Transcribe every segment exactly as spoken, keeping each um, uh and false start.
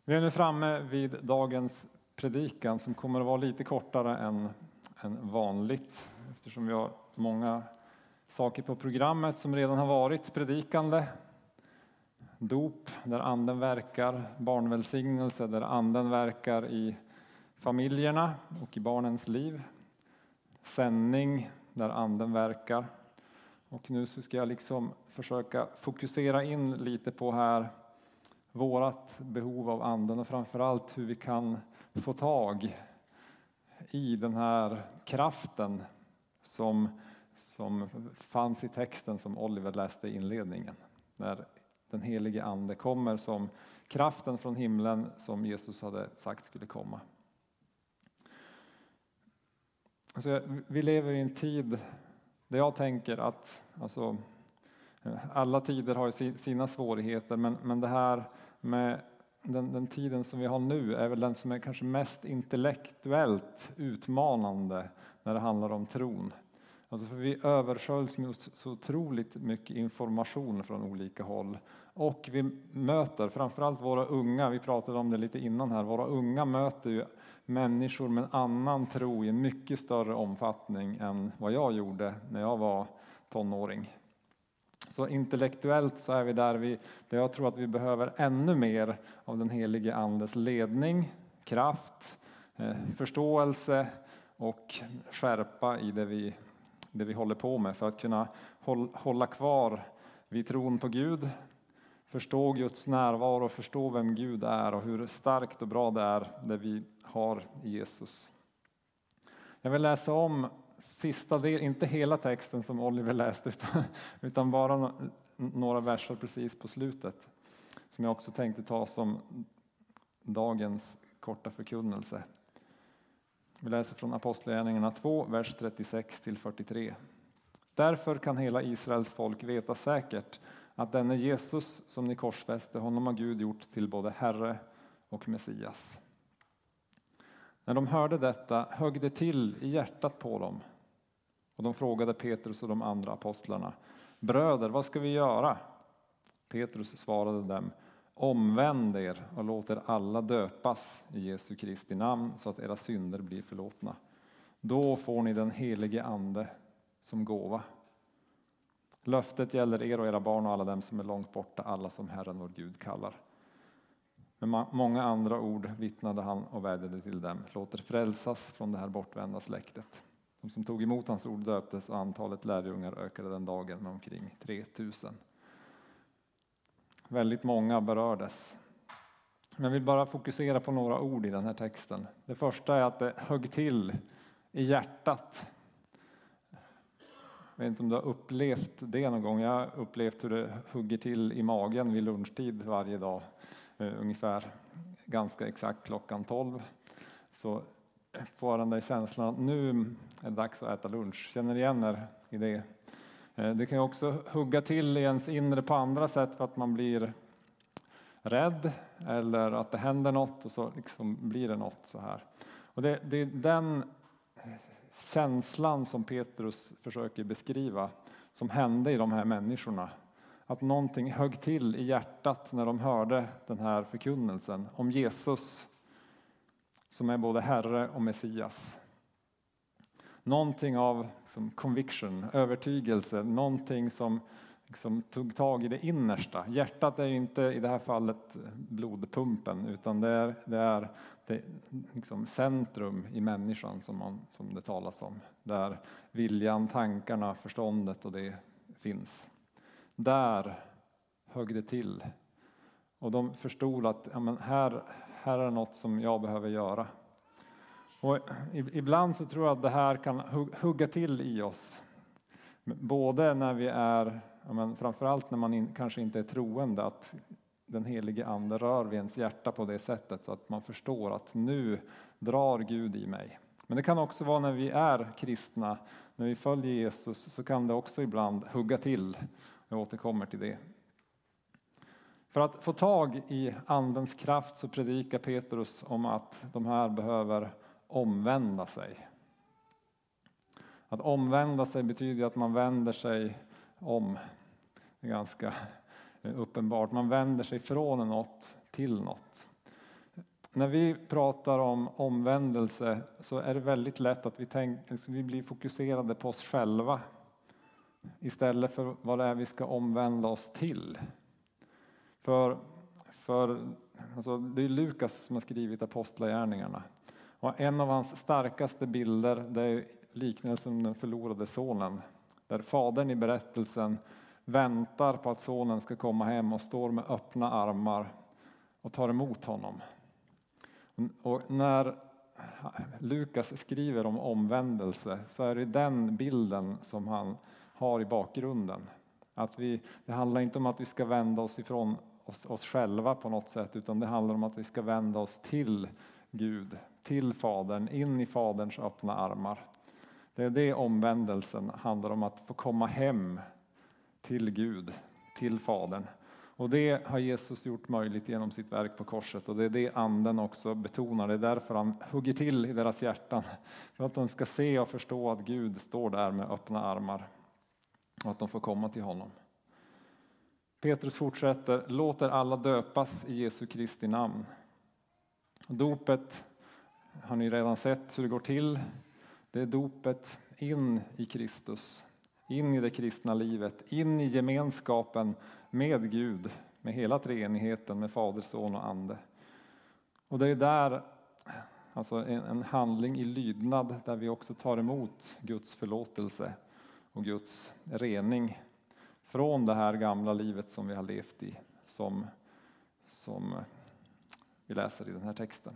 Vi är nu framme vid dagens predikan som kommer att vara lite kortare än, än vanligt. Eftersom vi har många saker på programmet som redan har varit predikande. Dop där anden verkar, barnvälsignelse där anden verkar i familjerna och i barnens liv. Sändning där anden verkar. Och nu så ska jag liksom försöka fokusera in lite på här vårat behov av anden och framförallt hur vi kan få tag i den här kraften som, som fanns i texten som Oliver läste i inledningen. När den helige ande kommer som kraften från himlen som Jesus hade sagt skulle komma. Alltså, vi lever i en tid där jag tänker att alltså, alla tider har ju sina svårigheter, men, men det här med den, den tiden som vi har nu är väl den som är kanske mest intellektuellt utmanande när det handlar om tron. Alltså för vi översköljs med så otroligt mycket information från olika håll. Och vi möter, framförallt våra unga, vi pratade om det lite innan här, våra unga möter ju människor med en annan tro i en mycket större omfattning än vad jag gjorde när jag var tonåring. Så intellektuellt så är vi där, vi, där jag tror att vi behöver ännu mer av den helige andes ledning, kraft, eh, förståelse och skärpa i det vi, det vi håller på med för att kunna håll, hålla kvar vid tron på Gud, förstå Guds närvaro och förstå vem Gud är och hur starkt och bra det är det vi har i Jesus. Jag vill läsa om sista del, inte hela texten som Oliver läste utan, utan bara några verser precis på slutet som jag också tänkte ta som dagens korta förkunnelse. Vi läser från Apostlagärningarna två, vers trettiosex till fyrtiotre. Därför kan hela Israels folk veta säkert att denne Jesus som ni korsfäste, honom har Gud gjort till både Herre och Messias. När de hörde detta högg det till i hjärtat på dem. Och de frågade Petrus och de andra apostlarna: bröder, vad ska vi göra? Petrus svarade dem: omvänd er och låt er alla döpas i Jesu Kristi namn så att era synder blir förlåtna. Då får ni den helige ande som gåva. Löftet gäller er och era barn och alla dem som är långt borta, alla som Herren vår Gud kallar. Med många andra ord vittnade han och vädjade till dem: låt er frälsas från det här bortvända släktet. De som tog emot hans ord döptes och antalet lärjungar ökade den dagen med omkring tre tusen. Väldigt många berördes. Men jag vill bara fokusera på några ord i den här texten. Det första är att det högg till i hjärtat. Jag vet inte om du har upplevt det någon gång. Jag har upplevt hur det hugger till i magen vid lunchtid varje dag. Ungefär ganska exakt klockan tolv. Så får den där känslan att nu är det dags att äta lunch. Känner igen er i det. Det kan ju också hugga till i ens inre på andra sätt för att man blir rädd. Eller att det händer något och så liksom blir det något så här. Och det, det är den känslan som Petrus försöker beskriva som hände i de här människorna. Att någonting högg till i hjärtat när de hörde den här förkunnelsen om Jesus som är både Herre och Messias. Någonting av liksom, conviction, övertygelse, någonting som liksom, tog tag i det innersta. Hjärtat är ju inte i det här fallet blodpumpen utan det är det, är det liksom, centrum i människan som, man, som det talas om. Där viljan, tankarna, förståndet och det finns. Där högg det till. Och de förstod att ja, men här, här är något som jag behöver göra. Och ibland så tror jag att det här kan hugga till i oss. Både när vi är, ja, men framförallt när man in, kanske inte är troende, att den helige ande rör vid ens hjärta på det sättet så att man förstår att nu drar Gud i mig. Men det kan också vara när vi är kristna, när vi följer Jesus, så kan det också ibland hugga till. Jag återkommer till det. För att få tag i andens kraft så predikar Petrus om att de här behöver omvända sig. Att omvända sig betyder att man vänder sig om. Det är ganska uppenbart. Man vänder sig från något till något. när vi pratar om omvändelse så är det väldigt lätt att vi, tänk, alltså vi blir fokuserade på oss själva istället för vad det är vi ska omvända oss till. För, för alltså det är Lukas som har skrivit Apostlagärningarna. Och en av hans starkaste bilder, det är liknelsen om den förlorade sonen. Där fadern i berättelsen väntar på att sonen ska komma hem och står med öppna armar och tar emot honom. Och när Lukas skriver om omvändelse så är det den bilden som han har i bakgrunden. Att vi, det handlar inte om att vi ska vända oss ifrån oss, oss själva på något sätt, utan det handlar om att vi ska vända oss till Gud, till Fadern, in i Faderns öppna armar. Det är det omvändelsen handlar om, att få komma hem till Gud, till Fadern. Och det har Jesus gjort möjligt genom sitt verk på korset, och det är det anden också betonar. Det är därför han hugger till i deras hjärtan, för att de ska se och förstå att Gud står där med öppna armar och att de får komma till honom. Petrus fortsätter: låter alla döpas i Jesu Kristi namn. Dopet har ni redan sett hur det går till. Det är dopet in i Kristus, in i det kristna livet, in i gemenskapen med Gud, med hela treenigheten, med Fader, Son och Ande. Och det är där, alltså en, en handling i lydnad, där vi också tar emot Guds förlåtelse och Guds rening från det här gamla livet som vi har levt i, som, som vi läser i den här texten.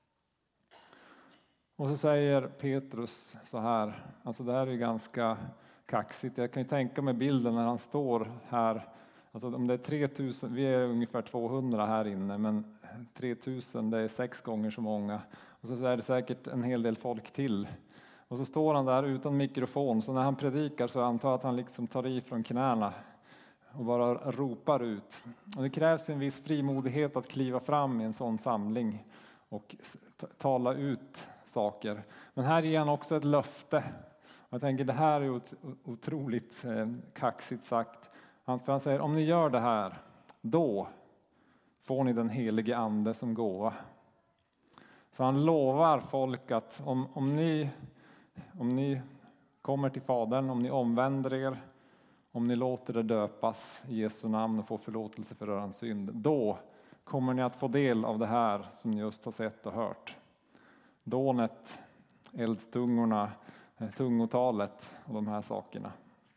Och så säger Petrus så här, alltså det här är ganska kaxigt. Jag kan ju tänka mig bilden när han står här, alltså om det är tre tusen, vi är ungefär tvåhundra här inne, men tre tusen, det är sex gånger så många. Och så är det säkert en hel del folk till. Och så står han där utan mikrofon, så när han predikar så antar jag att han liksom tar i från knäna och bara ropar ut. Och det krävs en viss frimodighet att kliva fram i en sån samling och tala ut saker. Men här ger han också ett löfte. Jag tänker, det här är otroligt kaxigt sagt. För han säger, om ni gör det här, då får ni den helige ande som gåva. Så han lovar folk att om, om, ni, om ni kommer till Fadern, om ni omvänder er, om ni låter det döpas i Jesu namn och får förlåtelse för er synd, då kommer ni att få del av det här som ni just har sett och hört. Dånet, eldstungorna, tungotalet och de här sakerna.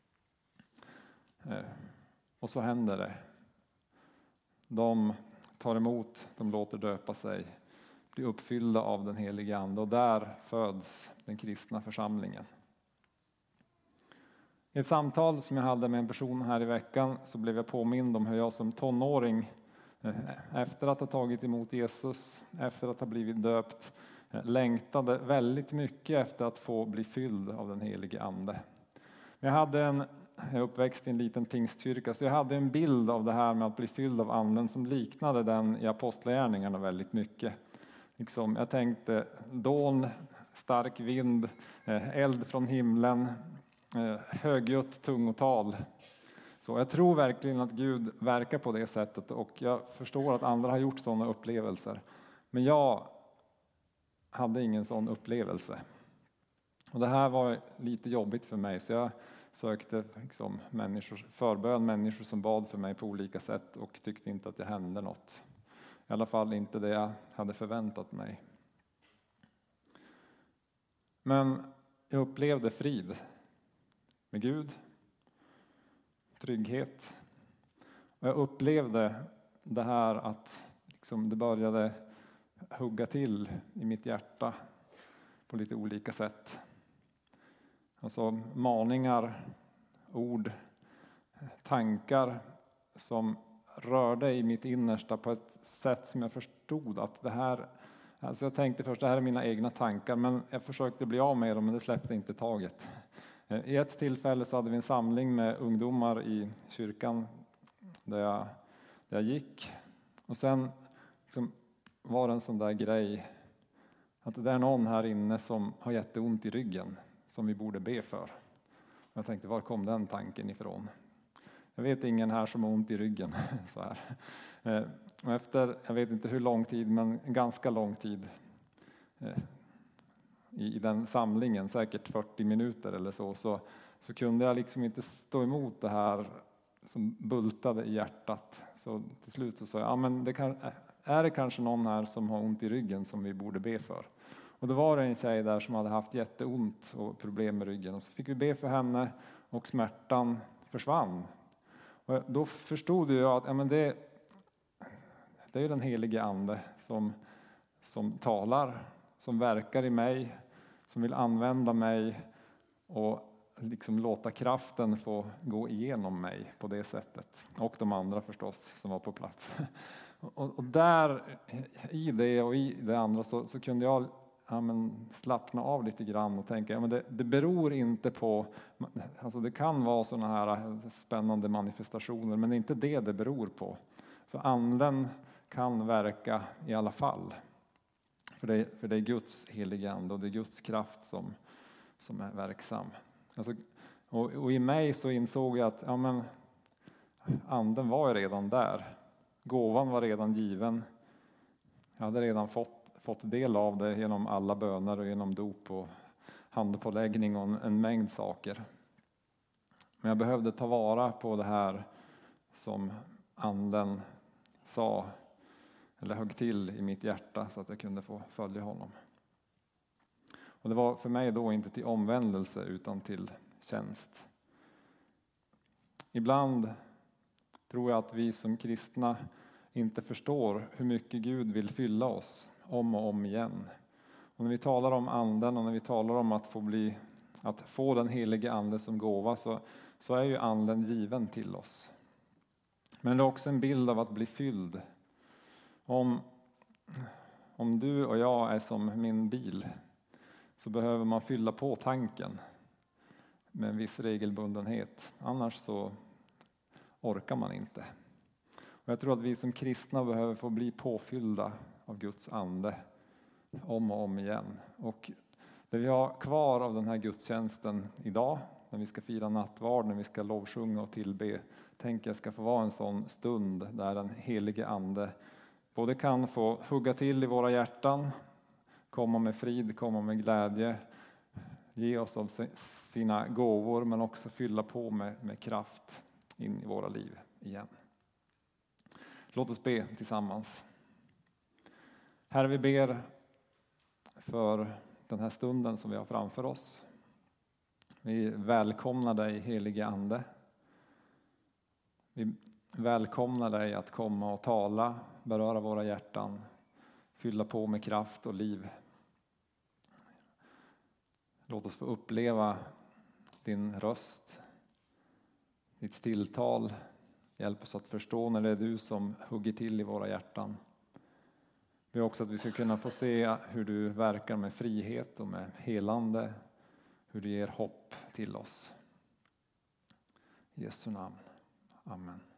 Och så händer det. De tar emot, de låter döpa sig, blir uppfyllda av den helige ande, och där föds den kristna församlingen. I ett samtal som jag hade med en person här i veckan så blev jag påmind om hur jag som tonåring, efter att ha tagit emot Jesus, efter att ha blivit döpt, längtade väldigt mycket efter att få bli fylld av den helige ande. Jag hade en jag är uppväxt i en liten pingstkyrka, så jag hade en bild av det här med att bli fylld av anden som liknade den i Apostlagärningarna väldigt mycket. Liksom, jag tänkte dån, stark vind, eld från himlen, högljutt tungotal. Så jag tror verkligen att Gud verkar på det sättet, och jag förstår att andra har gjort sådana upplevelser. Men jag hade ingen sån upplevelse. Och det här var lite jobbigt för mig, så jag sökte liksom människor, förbön, människor som bad för mig på olika sätt, och tyckte inte att det hände något. I alla fall inte det jag hade förväntat mig. Men jag upplevde frid med Gud, trygghet. Och jag upplevde det här att liksom det började hugga till i mitt hjärta på lite olika sätt. Alltså maningar, ord, tankar som rörde i mitt innersta på ett sätt som jag förstod att det här, alltså jag tänkte först det här är mina egna tankar, men jag försökte bli av med dem, men det släppte inte taget. I ett tillfälle så hade vi en samling med ungdomar i kyrkan där jag, där jag gick, och sen liksom var det en sån där grej att det är någon här inne som har jätteont i ryggen som vi borde be för. Jag tänkte, var kom den tanken ifrån? Jag vet ingen här som har ont i ryggen. Så här. och efter, jag vet inte hur lång tid, men ganska lång tid eh, i, i den samlingen, säkert fyrtio minuter eller så, så, så kunde jag liksom inte stå emot det här som bultade i hjärtat. Så till slut så sa jag, ja, men det kan, är det kanske någon här som har ont i ryggen som vi borde be för? Och då var det en tjej där som hade haft jätteont och problem med ryggen. Och så fick vi be för henne och smärtan försvann. Och då förstod jag att ja, men det, det är den helige ande som, som talar, som verkar i mig, som vill använda mig och liksom låta kraften få gå igenom mig på det sättet. Och de andra förstås som var på plats. Och, och där i det och i det andra så, så kunde jag ja, men slappna av lite grann och tänka, ja, men det, det beror inte på, alltså det kan vara sådana här spännande manifestationer, men det är inte det det beror på. Så anden kan verka i alla fall. För det, för det är Guds heliga ande och det är Guds kraft som, som är verksam. Alltså, och, och i mig så insåg jag att ja, men, anden var ju redan där. Gåvan var redan given. Jag hade redan fått fått del av det genom alla böner och genom dop och handpåläggning och en, en mängd saker. Men jag behövde ta vara på det här som anden sa eller högg till i mitt hjärta så att jag kunde få följa honom. Och det var för mig då inte till omvändelse utan till tjänst. Ibland tror jag att vi som kristna inte förstår hur mycket Gud vill fylla oss om och om igen. Och när vi talar om anden och när vi talar om att få, bli, att få den helige ande som gåva så, så är ju anden given till oss. Men det är också en bild av att bli fylld. Om, om du och jag är som min bil så behöver man fylla på tanken med en viss regelbundenhet. Annars så orkar man inte. Och jag tror att vi som kristna behöver få bli påfyllda av Guds ande om och om igen. Och det vi har kvar av den här gudstjänsten idag, när vi ska fira nattvard, när vi ska lovsjunga och tillbe, tänker jag ska få vara en sån stund där den helige ande både kan få hugga till i våra hjärtan, komma med frid, komma med glädje, ge oss av sina gåvor men också fylla på med, med kraft in i våra liv igen. Låt oss be tillsammans. Herre, vi ber för den här stunden som vi har framför oss. Vi välkomnar dig, helige ande. Vi välkomnar dig att komma och tala, beröra våra hjärtan, fylla på med kraft och liv. Låt oss få uppleva din röst, ditt tilltal. Hjälp oss att förstå när det är du som hugger till i våra hjärtan. Vi ber också att vi ska kunna få se hur du verkar med frihet och med helande. Hur du ger hopp till oss. I Jesu namn. Amen.